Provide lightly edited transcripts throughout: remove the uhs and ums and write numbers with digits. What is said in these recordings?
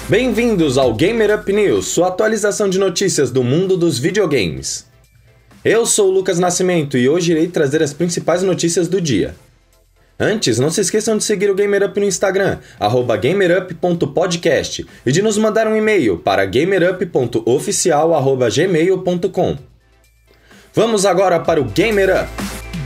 Bem-vindos ao Gamer Up News, sua atualização de notícias do mundo dos videogames. Eu sou o Lucas Nascimento e hoje irei trazer as principais notícias do dia. Antes, não se esqueçam de seguir o Gamer Up no Instagram, @gamerup.podcast, e de nos mandar um e-mail para gamerup.oficial@gmail.com. Vamos agora para o Gamer Up!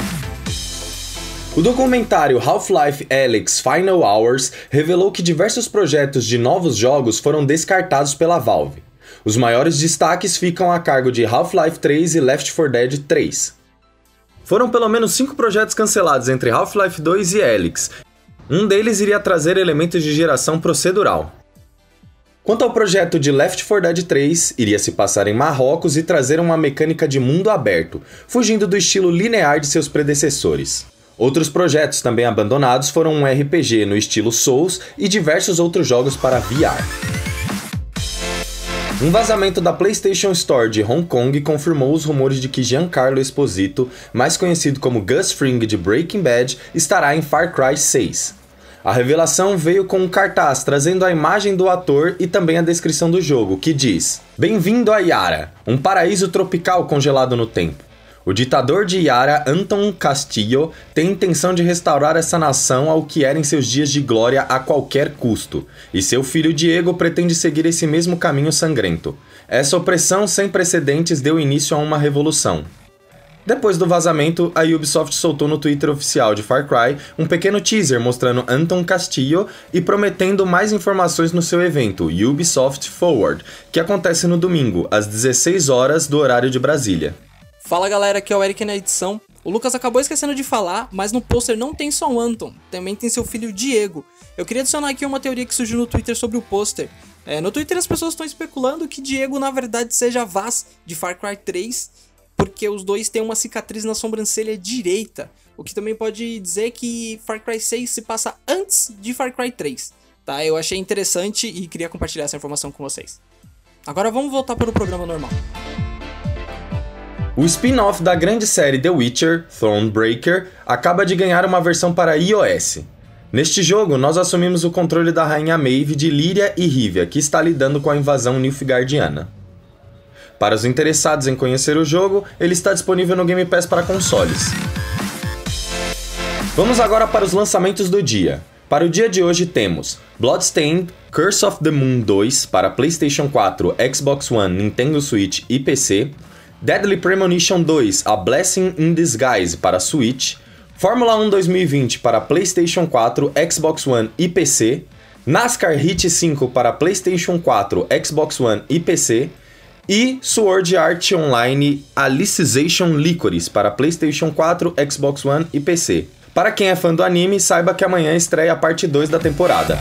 O documentário Half-Life Alyx Final Hours revelou que diversos projetos de novos jogos foram descartados pela Valve. Os maiores destaques ficam a cargo de Half-Life 3 e Left 4 Dead 3. Foram pelo menos 5 projetos cancelados entre Half-Life 2 e Alyx. Um deles iria trazer elementos de geração procedural. Quanto ao projeto de Left 4 Dead 3, iria se passar em Marrocos e trazer uma mecânica de mundo aberto, fugindo do estilo linear de seus predecessores. Outros projetos também abandonados foram um RPG no estilo Souls e diversos outros jogos para VR. Um vazamento da PlayStation Store de Hong Kong confirmou os rumores de que Giancarlo Esposito, mais conhecido como Gus Fring de Breaking Bad, estará em Far Cry 6. A revelação veio com um cartaz trazendo a imagem do ator e também a descrição do jogo, que diz: "Bem-vindo a Yara, um paraíso tropical congelado no tempo. O ditador de Yara, Anton Castillo, tem intenção de restaurar essa nação ao que era em seus dias de glória a qualquer custo, e seu filho Diego pretende seguir esse mesmo caminho sangrento. Essa opressão sem precedentes deu início a uma revolução." Depois do vazamento, a Ubisoft soltou no Twitter oficial de Far Cry um pequeno teaser mostrando Anton Castillo e prometendo mais informações no seu evento, Ubisoft Forward, que acontece no domingo, às 16 horas do horário de Brasília. Fala galera, aqui é o Eric na edição. O Lucas acabou esquecendo de falar, mas no pôster não tem só o Anton, também tem seu filho Diego. Eu queria adicionar aqui uma teoria que surgiu no Twitter sobre o pôster. No Twitter as pessoas estão especulando que Diego na verdade seja Vaz de Far Cry 3, porque os dois têm uma cicatriz na sobrancelha direita, o que também pode dizer que Far Cry 6 se passa antes de Far Cry 3. Tá? Eu achei interessante e queria compartilhar essa informação com vocês. Agora vamos voltar para o programa normal. O spin-off da grande série The Witcher, Thronebreaker, acaba de ganhar uma versão para iOS. Neste jogo, nós assumimos o controle da rainha Maeve de Lyria e Rivia, que está lidando com a invasão nilfgaardiana. Para os interessados em conhecer o jogo, ele está disponível no Game Pass para consoles. Vamos agora para os lançamentos do dia. Para o dia de hoje temos Bloodstained, Curse of the Moon 2 para PlayStation 4, Xbox One, Nintendo Switch e PC, Deadly Premonition 2, A Blessing in Disguise para Switch, Fórmula 1 2020 para PlayStation 4, Xbox One e PC, NASCAR Heat 5 para PlayStation 4, Xbox One e PC, e Sword Art Online Alicization Lycoris para PlayStation 4, Xbox One e PC. Para quem é fã do anime, saiba que amanhã estreia a parte 2 da temporada.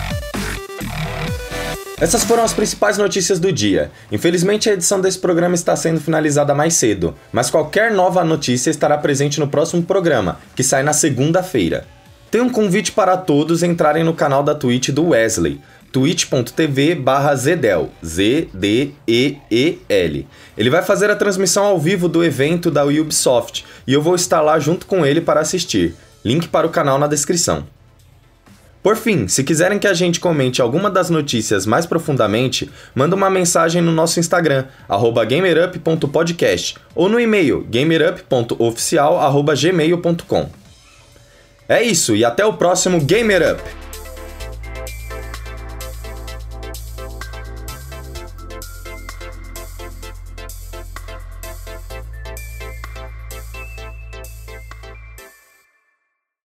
Essas foram as principais notícias do dia. Infelizmente a edição desse programa está sendo finalizada mais cedo, mas qualquer nova notícia estará presente no próximo programa, que sai na segunda-feira. Tem um convite para todos entrarem no canal da Twitch do Wesley, twitch.tv/Zedel, Z-D-E-E-L. Ele vai fazer a transmissão ao vivo do evento da Ubisoft, e eu vou estar lá junto com ele para assistir. Link para o canal na descrição. Por fim, se quiserem que a gente comente alguma das notícias mais profundamente, manda uma mensagem no nosso Instagram, @gamerup.podcast, ou no e-mail, gamerup.oficial@gmail.com. É isso, e até o próximo Gamer Up!